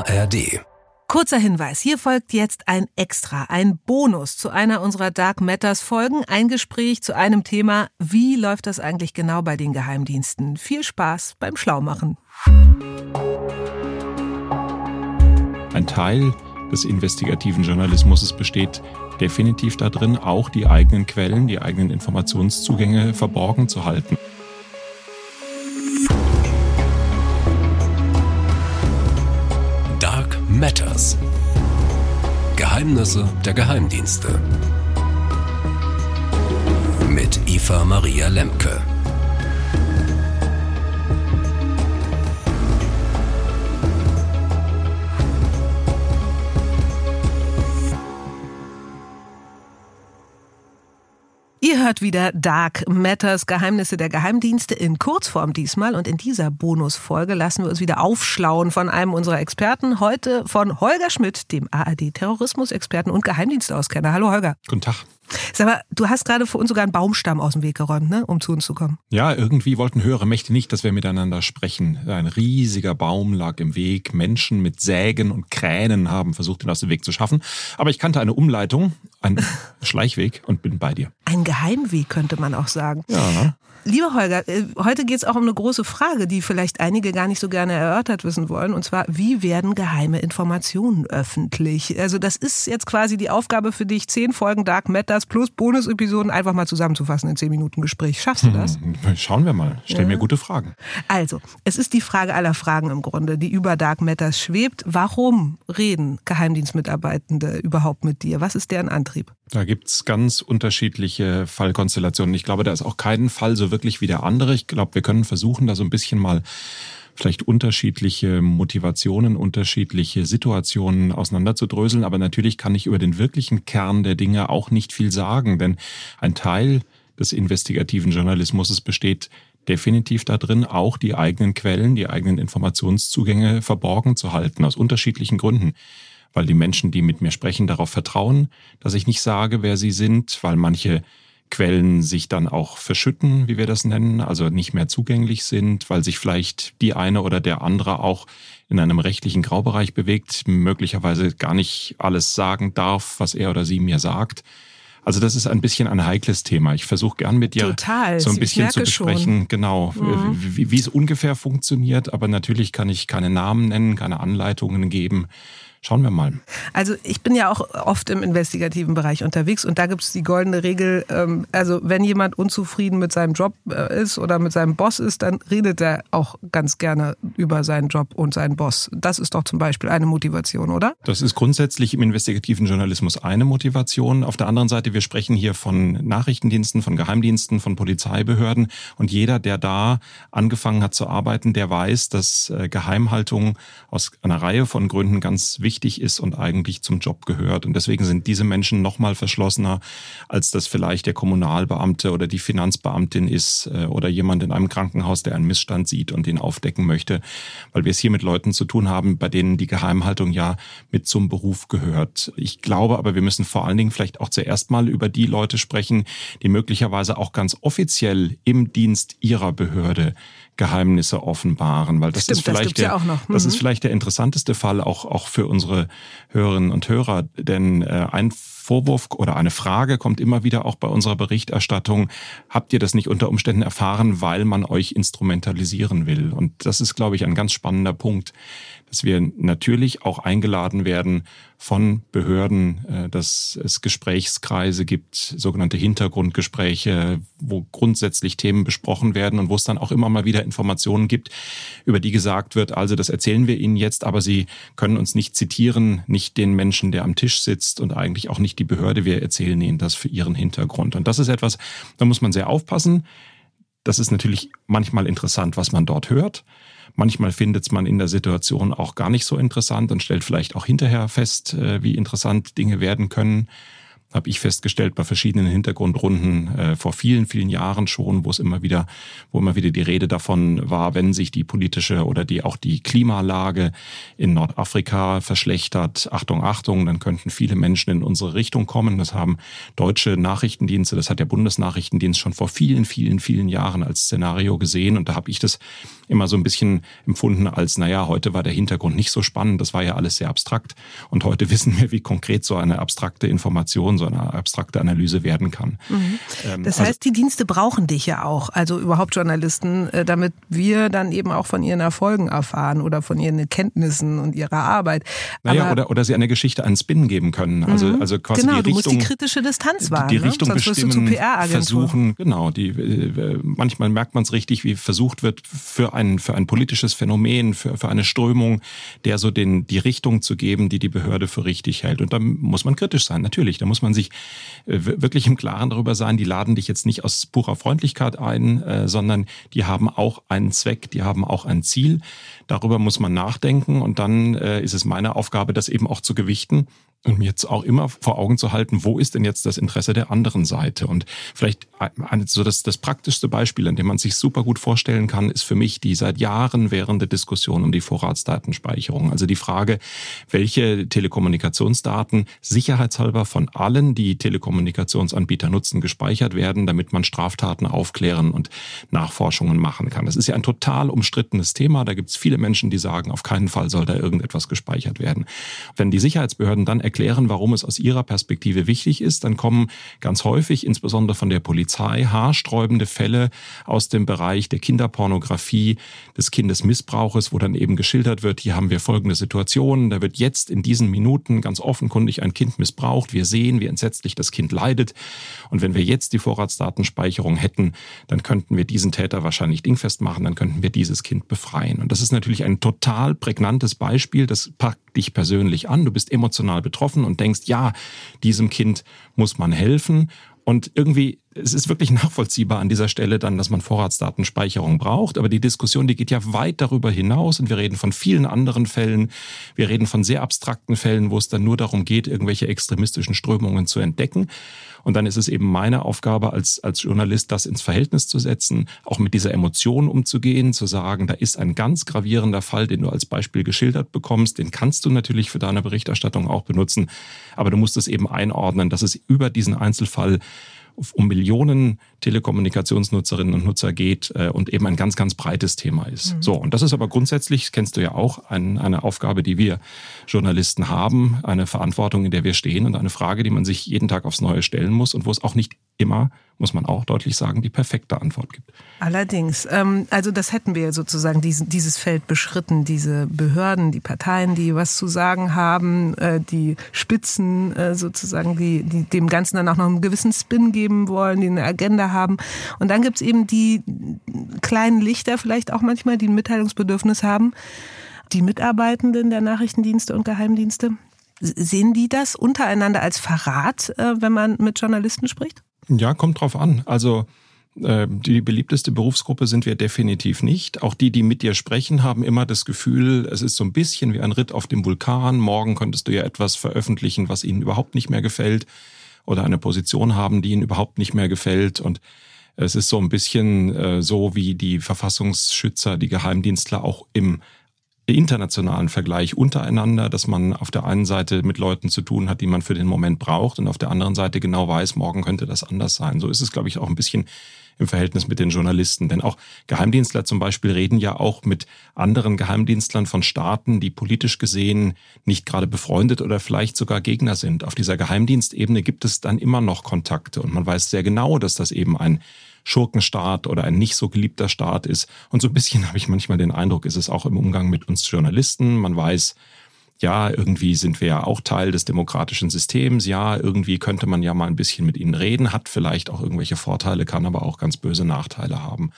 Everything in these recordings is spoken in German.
ARD. Kurzer Hinweis, hier folgt jetzt ein Bonus zu einer unserer Dark Matters Folgen. Ein Gespräch zu einem Thema, wie läuft das eigentlich genau bei den Geheimdiensten? Viel Spaß beim Schlaumachen. Ein Teil des investigativen Journalismus besteht definitiv darin, auch die eigenen Quellen, die eigenen Informationszugänge verborgen zu halten. Dark Matters. Geheimnisse der Geheimdienste. Mit Eva Maria Lemke. Ihr hört wieder Dark Matters, Geheimnisse der Geheimdienste in Kurzform diesmal. Und in dieser Bonusfolge lassen wir uns wieder aufschlauen von einem unserer Experten. Heute von Holger Schmidt, dem ARD-Terrorismus-Experten und Geheimdienstauskenner. Hallo Holger. Guten Tag. Sag mal, du hast gerade für uns sogar einen Baumstamm aus dem Weg geräumt, ne, um zu uns zu kommen. Ja, irgendwie wollten höhere Mächte nicht, dass wir miteinander sprechen. Ein riesiger Baum lag im Weg. Menschen mit Sägen und Kränen haben versucht, ihn aus dem Weg zu schaffen. Aber ich kannte eine Umleitung, einen Schleichweg und bin bei dir. Ein Geheimweg könnte man auch sagen. Ja. Lieber Holger, heute geht es auch um eine große Frage, die vielleicht einige gar nicht so gerne erörtert wissen wollen. Und zwar, wie werden geheime Informationen öffentlich? Also das ist jetzt quasi die Aufgabe für dich, 10 Folgen Dark Matters plus Bonus-Episoden einfach mal zusammenzufassen in 10 Minuten Gespräch. Schaffst du das? Schauen wir mal. Stell mir gute Fragen. Also, es ist die Frage aller Fragen im Grunde, die über Dark Matters schwebt. Warum reden Geheimdienstmitarbeitende überhaupt mit dir? Was ist deren Antrieb? Da gibt's ganz unterschiedliche Fallkonstellationen. Ich glaube, da ist auch kein Fall so wirklich wie der andere. Ich glaube, wir können versuchen, da so ein bisschen mal vielleicht unterschiedliche Motivationen, unterschiedliche Situationen auseinanderzudröseln. Aber natürlich kann ich über den wirklichen Kern der Dinge auch nicht viel sagen, denn ein Teil des investigativen Journalismus besteht definitiv darin, auch die eigenen Quellen, die eigenen Informationszugänge verborgen zu halten, aus unterschiedlichen Gründen. Weil die Menschen, die mit mir sprechen, darauf vertrauen, dass ich nicht sage, wer sie sind, weil manche Quellen sich dann auch verschütten, wie wir das nennen, also nicht mehr zugänglich sind, weil sich vielleicht die eine oder der andere auch in einem rechtlichen Graubereich bewegt, möglicherweise gar nicht alles sagen darf, was er oder sie mir sagt. Also das ist ein bisschen ein heikles Thema. Ich versuche gern mit dir so ein bisschen zu besprechen, genau, wie es ungefähr funktioniert, aber natürlich kann ich keine Namen nennen, keine Anleitungen geben. Schauen wir mal. Also ich bin ja auch oft im investigativen Bereich unterwegs und da gibt es die goldene Regel, also wenn jemand unzufrieden mit seinem Job ist oder mit seinem Boss ist, dann redet er auch ganz gerne über seinen Job und seinen Boss. Das ist doch zum Beispiel eine Motivation, oder? Das ist grundsätzlich im investigativen Journalismus eine Motivation. Auf der anderen Seite, wir sprechen hier von Nachrichtendiensten, von Geheimdiensten, von Polizeibehörden und jeder, der da angefangen hat zu arbeiten, der weiß, dass Geheimhaltung aus einer Reihe von Gründen ganz wichtig ist und eigentlich zum Job gehört. Und deswegen sind diese Menschen noch mal verschlossener, als das vielleicht der Kommunalbeamte oder die Finanzbeamtin ist oder jemand in einem Krankenhaus, der einen Missstand sieht und den aufdecken möchte. Weil wir es hier mit Leuten zu tun haben, bei denen die Geheimhaltung ja mit zum Beruf gehört. Ich glaube aber, wir müssen vor allen Dingen vielleicht auch zuerst mal über die Leute sprechen, die möglicherweise auch ganz offiziell im Dienst ihrer Behörde Geheimnisse offenbaren, weil das ist vielleicht das ist vielleicht der interessanteste Fall auch für unsere Hörerinnen und Hörer, denn ein Vorwurf oder eine Frage kommt immer wieder auch bei unserer Berichterstattung: Habt ihr das nicht unter Umständen erfahren, weil man euch instrumentalisieren will? Und das ist, glaube ich, ein ganz spannender Punkt, dass wir natürlich auch eingeladen werden von Behörden, dass es Gesprächskreise gibt, sogenannte Hintergrundgespräche, wo grundsätzlich Themen besprochen werden und wo es dann auch immer mal wieder Informationen gibt, über die gesagt wird, also das erzählen wir Ihnen jetzt, aber Sie können uns nicht zitieren, nicht den Menschen, der am Tisch sitzt und eigentlich auch nicht die Behörde, wir erzählen Ihnen das für Ihren Hintergrund. Und das ist etwas, da muss man sehr aufpassen. Das ist natürlich manchmal interessant, was man dort hört. Manchmal findet man in der Situation auch gar nicht so interessant und stellt vielleicht auch hinterher fest, wie interessant Dinge werden können. habe ich festgestellt bei verschiedenen Hintergrundrunden vor vielen, vielen Jahren schon, wo immer wieder die Rede davon war, wenn sich die politische oder auch die Klimalage in Nordafrika verschlechtert, Achtung, dann könnten viele Menschen in unsere Richtung kommen. Das haben deutsche Nachrichtendienste, das hat der Bundesnachrichtendienst schon vor vielen, vielen, vielen Jahren als Szenario gesehen. Und da habe ich das immer so ein bisschen empfunden als, heute war der Hintergrund nicht so spannend, das war ja alles sehr abstrakt. Und heute wissen wir, wie konkret so eine abstrakte Information, so eine abstrakte Analyse werden kann. Das heißt, die Dienste brauchen dich ja auch, also überhaupt Journalisten, damit wir dann eben auch von ihren Erfolgen erfahren oder von ihren Erkenntnissen und ihrer Arbeit. Oder sie einer Geschichte einen Spin geben können. Also quasi genau, die Richtung, du musst die kritische Distanz wahren. Die Richtung Sonst bestimmen, wirst du zu PR-Agentur. versuchen, manchmal merkt man es richtig, wie versucht wird, für ein politisches Phänomen, für eine Strömung, der so die Richtung zu geben, die Behörde für richtig hält. Und da muss man kritisch sein, natürlich. Da muss man sich wirklich im Klaren darüber sein, die laden dich jetzt nicht aus purer Freundlichkeit ein, sondern die haben auch einen Zweck, die haben auch ein Ziel. Darüber muss man nachdenken und dann ist es meine Aufgabe, das eben auch zu gewichten und mir jetzt auch immer vor Augen zu halten, wo ist denn jetzt das Interesse der anderen Seite? Und vielleicht so das praktischste Beispiel, an dem man sich super gut vorstellen kann, ist für mich die seit Jahren währende Diskussion um die Vorratsdatenspeicherung. Also die Frage, welche Telekommunikationsdaten sicherheitshalber von allen, die Telekommunikationsanbieter nutzen, gespeichert werden, damit man Straftaten aufklären und Nachforschungen machen kann. Das ist ja ein total umstrittenes Thema. Da gibt es viele Menschen, die sagen, auf keinen Fall soll da irgendetwas gespeichert werden. Wenn die Sicherheitsbehörden dann erklären, warum es aus ihrer Perspektive wichtig ist, dann kommen ganz häufig, insbesondere von der Polizei, haarsträubende Fälle aus dem Bereich der Kinderpornografie, des Kindesmissbrauches, wo dann eben geschildert wird, hier haben wir folgende Situationen, da wird jetzt in diesen Minuten ganz offenkundig ein Kind missbraucht, wir sehen, wie entsetzlich das Kind leidet und wenn wir jetzt die Vorratsdatenspeicherung hätten, dann könnten wir diesen Täter wahrscheinlich dingfest machen, dann könnten wir dieses Kind befreien. Und das ist natürlich ein total prägnantes Beispiel, das packt dich persönlich an, du bist emotional betroffen und denkst, ja, diesem Kind muss man helfen. Und irgendwie, es ist wirklich nachvollziehbar an dieser Stelle dann, dass man Vorratsdatenspeicherung braucht. Aber die Diskussion, die geht ja weit darüber hinaus und wir reden von vielen anderen Fällen. Wir reden von sehr abstrakten Fällen, wo es dann nur darum geht, irgendwelche extremistischen Strömungen zu entdecken. Und dann ist es eben meine Aufgabe als Journalist, das ins Verhältnis zu setzen, auch mit dieser Emotion umzugehen, zu sagen, da ist ein ganz gravierender Fall, den du als Beispiel geschildert bekommst. Den kannst du natürlich für deine Berichterstattung auch benutzen. Aber du musst es eben einordnen, dass es über diesen Einzelfall um Millionen Telekommunikationsnutzerinnen und Nutzer geht und eben ein ganz, ganz breites Thema ist. So, und das ist aber grundsätzlich, kennst du ja auch, eine Aufgabe, die wir Journalisten haben, eine Verantwortung, in der wir stehen und eine Frage, die man sich jeden Tag aufs Neue stellen muss und wo es auch nicht immer, muss man auch deutlich sagen, die perfekte Antwort gibt. Allerdings, also das hätten wir sozusagen dieses Feld beschritten, diese Behörden, die Parteien, die was zu sagen haben, die Spitzen sozusagen, die dem Ganzen dann auch noch einen gewissen Spin geben wollen, die eine Agenda haben. Und dann gibt's eben die kleinen Lichter vielleicht auch manchmal, die ein Mitteilungsbedürfnis haben. Die Mitarbeitenden der Nachrichtendienste und Geheimdienste, sehen die das untereinander als Verrat, wenn man mit Journalisten spricht? Ja, kommt drauf an. Also die beliebteste Berufsgruppe sind wir definitiv nicht. Auch die mit dir sprechen, haben immer das Gefühl, es ist so ein bisschen wie ein Ritt auf dem Vulkan. Morgen könntest du ja etwas veröffentlichen, was ihnen überhaupt nicht mehr gefällt oder eine Position haben, die ihnen überhaupt nicht mehr gefällt. Und es ist so ein bisschen so, wie die Verfassungsschützer, die Geheimdienstler auch im internationalen Vergleich untereinander, dass man auf der einen Seite mit Leuten zu tun hat, die man für den Moment braucht und auf der anderen Seite genau weiß, morgen könnte das anders sein. So ist es, glaube ich, auch ein bisschen im Verhältnis mit den Journalisten. Denn auch Geheimdienstler zum Beispiel reden ja auch mit anderen Geheimdienstlern von Staaten, die politisch gesehen nicht gerade befreundet oder vielleicht sogar Gegner sind. Auf dieser Geheimdienstebene gibt es dann immer noch Kontakte und man weiß sehr genau, dass das eben ein Schurkenstaat oder ein nicht so geliebter Staat ist. Und so ein bisschen habe ich manchmal den Eindruck, ist es auch im Umgang mit uns Journalisten. Man weiß, ja, irgendwie sind wir ja auch Teil des demokratischen Systems. Ja, irgendwie könnte man ja mal ein bisschen mit ihnen reden, hat vielleicht auch irgendwelche Vorteile, kann aber auch ganz böse Nachteile haben.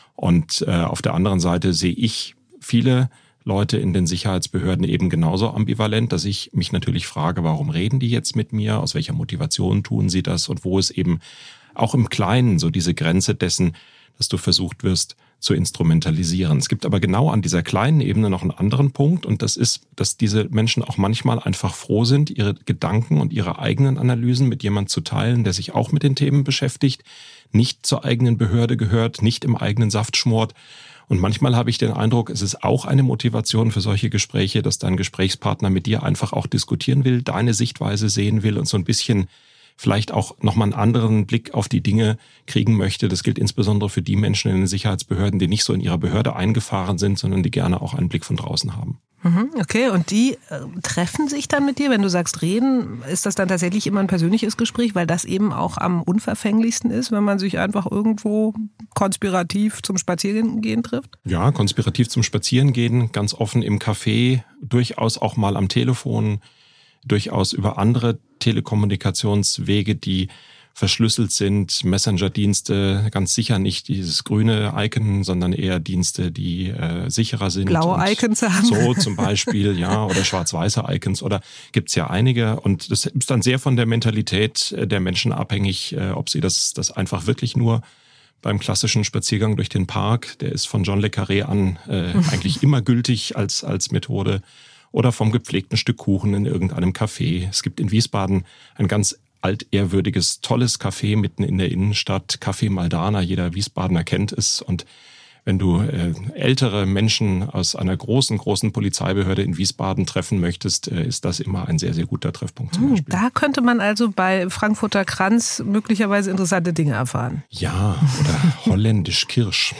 Und auf der anderen Seite sehe ich viele Leute in den Sicherheitsbehörden eben genauso ambivalent, dass ich mich natürlich frage, warum reden die jetzt mit mir? Aus welcher Motivation tun sie das? Und wo es eben auch im Kleinen so diese Grenze dessen, dass du versucht wirst zu instrumentalisieren. Es gibt aber genau an dieser kleinen Ebene noch einen anderen Punkt und das ist, dass diese Menschen auch manchmal einfach froh sind, ihre Gedanken und ihre eigenen Analysen mit jemandem zu teilen, der sich auch mit den Themen beschäftigt, nicht zur eigenen Behörde gehört, nicht im eigenen Saft schmort. Und manchmal habe ich den Eindruck, es ist auch eine Motivation für solche Gespräche, dass dein Gesprächspartner mit dir einfach auch diskutieren will, deine Sichtweise sehen will und so ein bisschen vielleicht auch nochmal einen anderen Blick auf die Dinge kriegen möchte. Das gilt insbesondere für die Menschen in den Sicherheitsbehörden, die nicht so in ihrer Behörde eingefahren sind, sondern die gerne auch einen Blick von draußen haben. Okay, und die treffen sich dann mit dir, wenn du sagst reden, ist das dann tatsächlich immer ein persönliches Gespräch, weil das eben auch am unverfänglichsten ist, wenn man sich einfach irgendwo konspirativ zum Spazierengehen trifft? Ja, konspirativ zum Spazierengehen, ganz offen im Café, durchaus auch mal am Telefon, durchaus über andere Telekommunikationswege, die verschlüsselt sind, Messenger-Dienste, ganz sicher nicht dieses grüne Icon, sondern eher Dienste, die sicherer sind. Blaue Icons haben. So zum Beispiel, ja, oder schwarz-weiße Icons, oder gibt's ja einige. Und das ist dann sehr von der Mentalität der Menschen abhängig, ob sie das einfach wirklich nur beim klassischen Spaziergang durch den Park, der ist von John le Carré an eigentlich immer gültig als Methode, oder vom gepflegten Stück Kuchen in irgendeinem Café. Es gibt in Wiesbaden ein ganz altehrwürdiges, tolles Café mitten in der Innenstadt, Café Maldana. Jeder Wiesbadener kennt es. Und wenn du ältere Menschen aus einer großen Polizeibehörde in Wiesbaden treffen möchtest, ist das immer ein sehr, sehr guter Treffpunkt zum Beispiel. Da könnte man also bei Frankfurter Kranz möglicherweise interessante Dinge erfahren. Ja, oder holländisch Kirsch.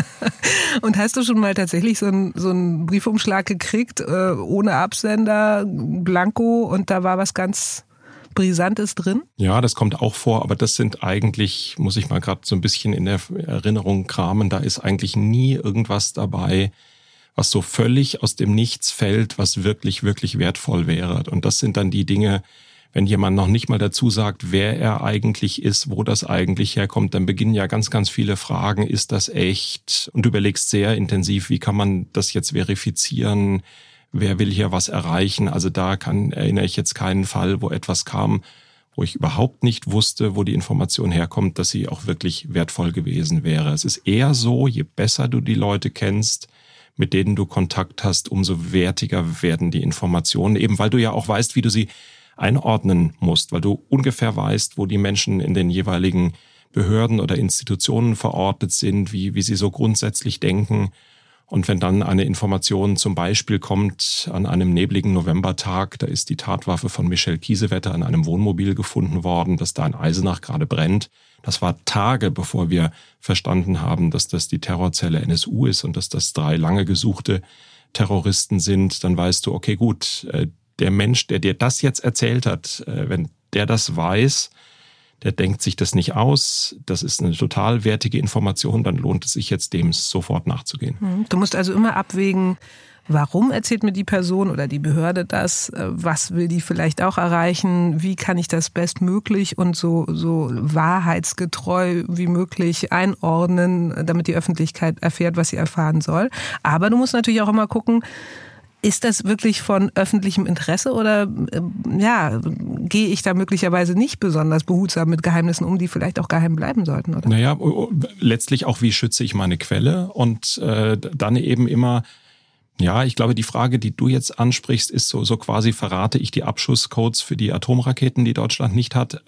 Und hast du schon mal tatsächlich so einen Briefumschlag gekriegt, ohne Absender, blanko, und da war was ganz Brisantes drin? Ja, das kommt auch vor, aber das sind eigentlich, muss ich mal gerade so ein bisschen in der Erinnerung kramen, da ist eigentlich nie irgendwas dabei, was so völlig aus dem Nichts fällt, was wirklich, wirklich wertvoll wäre. Und das sind dann die Dinge, wenn jemand noch nicht mal dazu sagt, wer er eigentlich ist, wo das eigentlich herkommt, dann beginnen ja ganz, ganz viele Fragen. Ist das echt? Und du überlegst sehr intensiv, wie kann man das jetzt verifizieren? Wer will hier was erreichen? Also da erinnere ich jetzt keinen Fall, wo etwas kam, wo ich überhaupt nicht wusste, wo die Information herkommt, dass sie auch wirklich wertvoll gewesen wäre. Es ist eher so, je besser du die Leute kennst, mit denen du Kontakt hast, umso wertiger werden die Informationen, eben weil du ja auch weißt, wie du sie einordnen musst, weil du ungefähr weißt, wo die Menschen in den jeweiligen Behörden oder Institutionen verortet sind, wie sie so grundsätzlich denken. Und wenn dann eine Information zum Beispiel kommt an einem nebligen Novembertag, da ist die Tatwaffe von Michel Kiesewetter an einem Wohnmobil gefunden worden, dass da in Eisenach gerade brennt. Das war Tage, bevor wir verstanden haben, dass das die Terrorzelle NSU ist und dass das 3 lange gesuchte Terroristen sind. Dann weißt du, okay, gut, der Mensch, der dir das jetzt erzählt hat, wenn der das weiß, der denkt sich das nicht aus, das ist eine total wertige Information, dann lohnt es sich jetzt, dem sofort nachzugehen. Du musst also immer abwägen, warum erzählt mir die Person oder die Behörde das, was will die vielleicht auch erreichen, wie kann ich das bestmöglich und so wahrheitsgetreu wie möglich einordnen, damit die Öffentlichkeit erfährt, was sie erfahren soll. Aber du musst natürlich auch immer gucken, ist das wirklich von öffentlichem Interesse oder gehe ich da möglicherweise nicht besonders behutsam mit Geheimnissen um, die vielleicht auch geheim bleiben sollten? Oder? Naja, letztlich auch, wie schütze ich meine Quelle? Und dann eben immer, ja, ich glaube, die Frage, die du jetzt ansprichst, ist so quasi, verrate ich die Abschusscodes für die Atomraketen, die Deutschland nicht hat?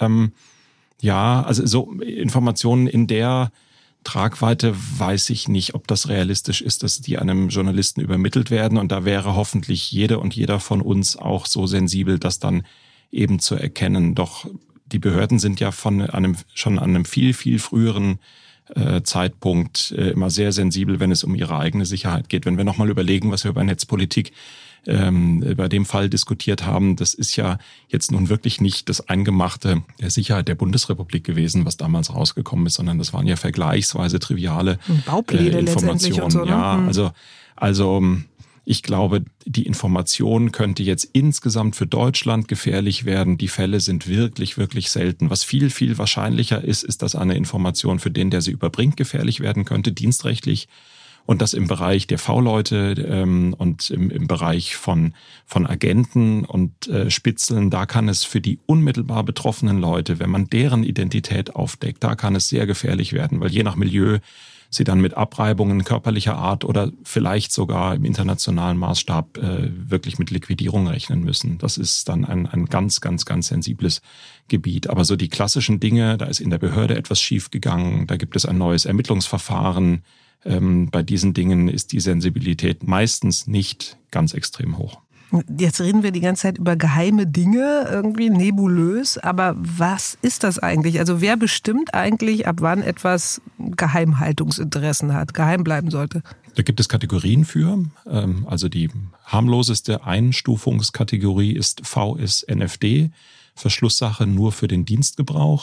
Also so Informationen in der Tragweite weiß ich nicht, ob das realistisch ist, dass die einem Journalisten übermittelt werden. Und da wäre hoffentlich jede und jeder von uns auch so sensibel, das dann eben zu erkennen. Doch die Behörden sind ja schon an einem viel, viel früheren Zeitpunkt immer sehr sensibel, wenn es um ihre eigene Sicherheit geht. Wenn wir nochmal überlegen, was wir bei Netzpolitik bei dem Fall diskutiert haben, das ist ja jetzt nun wirklich nicht das Eingemachte der Sicherheit der Bundesrepublik gewesen, was damals rausgekommen ist, sondern das waren ja vergleichsweise triviale Informationen. Und so, ne? Ja, also ich glaube, die Information könnte jetzt insgesamt für Deutschland gefährlich werden. Die Fälle sind wirklich, wirklich selten. Was viel, viel wahrscheinlicher ist, dass eine Information für den, der sie überbringt, gefährlich werden könnte, dienstrechtlich. Und das im Bereich der V-Leute und im Bereich von Agenten und Spitzeln, da kann es für die unmittelbar betroffenen Leute, wenn man deren Identität aufdeckt, da kann es sehr gefährlich werden, weil je nach Milieu sie dann mit Abreibungen körperlicher Art oder vielleicht sogar im internationalen Maßstab wirklich mit Liquidierung rechnen müssen. Das ist dann ein ganz, ganz, ganz sensibles Gebiet. Aber so die klassischen Dinge, da ist in der Behörde etwas schiefgegangen, da gibt es ein neues Ermittlungsverfahren. Bei diesen Dingen ist die Sensibilität meistens nicht ganz extrem hoch. Jetzt reden wir die ganze Zeit über geheime Dinge, irgendwie nebulös, aber was ist das eigentlich? Also wer bestimmt eigentlich, ab wann etwas Geheimhaltungsinteressen hat, geheim bleiben sollte? Da gibt es Kategorien für. Also die harmloseste Einstufungskategorie ist VS-NFD, Verschlusssache nur für den Dienstgebrauch.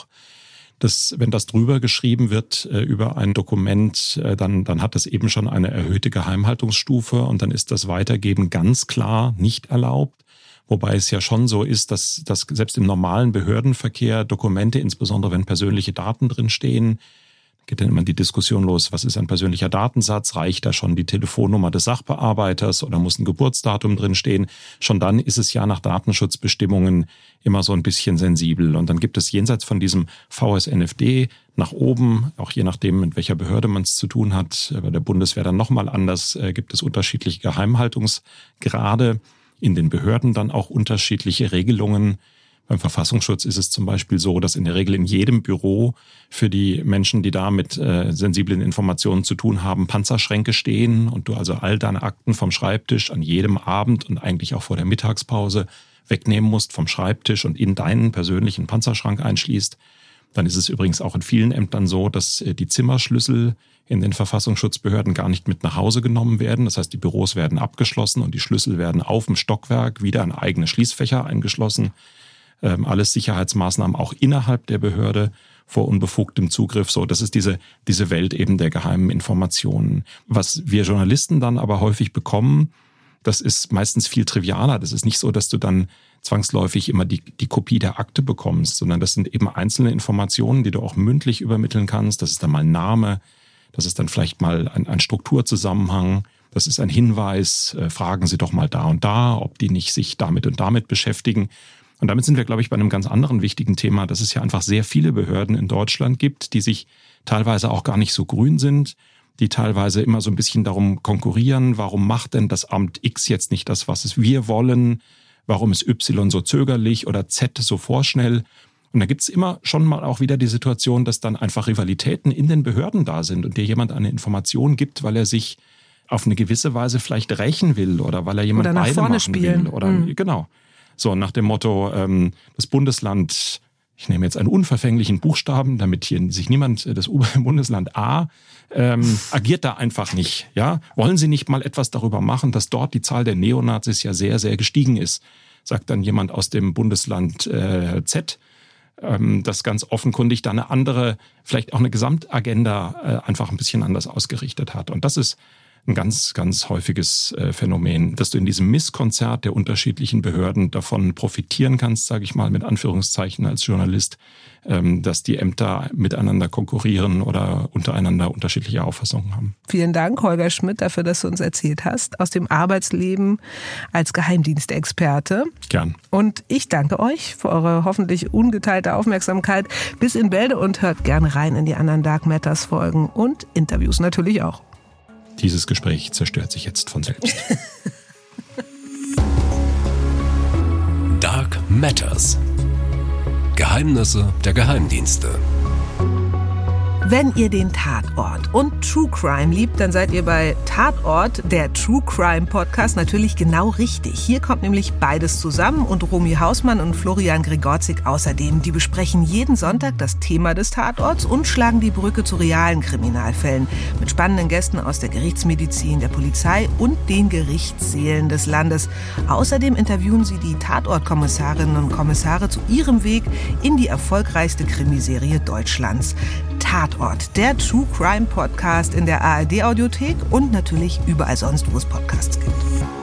Wenn das drüber geschrieben wird über ein Dokument, dann hat das eben schon eine erhöhte Geheimhaltungsstufe und dann ist das Weitergeben ganz klar nicht erlaubt. Wobei es ja schon so ist, dass selbst im normalen Behördenverkehr Dokumente, insbesondere wenn persönliche Daten drinstehen, geht dann immer die Diskussion los, was ist ein persönlicher Datensatz? Reicht da schon die Telefonnummer des Sachbearbeiters oder muss ein Geburtsdatum drinstehen? Schon dann ist es ja nach Datenschutzbestimmungen immer so ein bisschen sensibel. Und dann gibt es jenseits von diesem VS-NFD nach oben, auch je nachdem, mit welcher Behörde man es zu tun hat, bei der Bundeswehr dann nochmal anders, gibt es unterschiedliche Geheimhaltungsgrade, in den Behörden dann auch unterschiedliche Regelungen. Beim Verfassungsschutz ist es zum Beispiel so, dass in der Regel in jedem Büro für die Menschen, die da mit sensiblen Informationen zu tun haben, Panzerschränke stehen und du also all deine Akten vom Schreibtisch an jedem Abend und eigentlich auch vor der Mittagspause wegnehmen musst vom Schreibtisch und in deinen persönlichen Panzerschrank einschließt. Dann ist es übrigens auch in vielen Ämtern so, dass die Zimmerschlüssel in den Verfassungsschutzbehörden gar nicht mit nach Hause genommen werden. Das heißt, die Büros werden abgeschlossen und die Schlüssel werden auf dem Stockwerk wieder in eigene Schließfächer eingeschlossen. Alles Sicherheitsmaßnahmen auch innerhalb der Behörde vor unbefugtem Zugriff. So, das ist diese Welt eben der geheimen Informationen. Was wir Journalisten dann aber häufig bekommen, das ist meistens viel trivialer. Das ist nicht so, dass du dann zwangsläufig immer die Kopie der Akte bekommst, sondern das sind eben einzelne Informationen, die du auch mündlich übermitteln kannst. Das ist dann mal ein Name, das ist dann vielleicht mal ein Strukturzusammenhang, das ist ein Hinweis, fragen Sie doch mal da und da, ob die nicht sich damit und damit beschäftigen. Und damit sind wir, glaube ich, bei einem ganz anderen wichtigen Thema, dass es ja einfach sehr viele Behörden in Deutschland gibt, die sich teilweise auch gar nicht so grün sind, die teilweise immer so ein bisschen darum konkurrieren, warum macht denn das Amt X jetzt nicht das, was wir wollen, warum ist Y so zögerlich oder Z so vorschnell. Und da gibt's immer schon mal auch wieder die Situation, dass dann einfach Rivalitäten in den Behörden da sind und dir jemand eine Information gibt, weil er sich auf eine gewisse Weise vielleicht rächen will oder weil er jemand beide machen spielen will. Oder genau. So nach dem Motto, das Bundesland, ich nehme jetzt einen unverfänglichen Buchstaben, damit hier sich niemand, das Bundesland A, agiert da einfach nicht. Ja? Wollen Sie nicht mal etwas darüber machen, dass dort die Zahl der Neonazis ja sehr, sehr gestiegen ist, sagt dann jemand aus dem Bundesland Z, das ganz offenkundig da eine andere, vielleicht auch eine Gesamtagenda einfach ein bisschen anders ausgerichtet hat. Und das ist ein ganz, ganz häufiges Phänomen, dass du in diesem Misskonzert der unterschiedlichen Behörden davon profitieren kannst, sage ich mal mit Anführungszeichen als Journalist, dass die Ämter miteinander konkurrieren oder untereinander unterschiedliche Auffassungen haben. Vielen Dank, Holger Schmidt, dafür, dass du uns erzählt hast aus dem Arbeitsleben als Geheimdienstexperte. Gern. Und ich danke euch für eure hoffentlich ungeteilte Aufmerksamkeit bis in Bälde und hört gerne rein in die anderen Dark Matters Folgen und Interviews natürlich auch. Dieses Gespräch zerstört sich jetzt von selbst. Dark Matters. Geheimnisse der Geheimdienste. Wenn ihr den Tatort und True Crime liebt, dann seid ihr bei Tatort, der True Crime Podcast, natürlich genau richtig. Hier kommt nämlich beides zusammen und Romy Hausmann und Florian Gregorczyk außerdem. Die besprechen jeden Sonntag das Thema des Tatorts und schlagen die Brücke zu realen Kriminalfällen mit spannenden Gästen aus der Gerichtsmedizin, der Polizei und den Gerichtssälen des Landes. Außerdem interviewen sie die Tatortkommissarinnen und Kommissare zu ihrem Weg in die erfolgreichste Krimiserie Deutschlands. Tatort, der True Crime Podcast in der ARD Audiothek und natürlich überall sonst, wo es Podcasts gibt.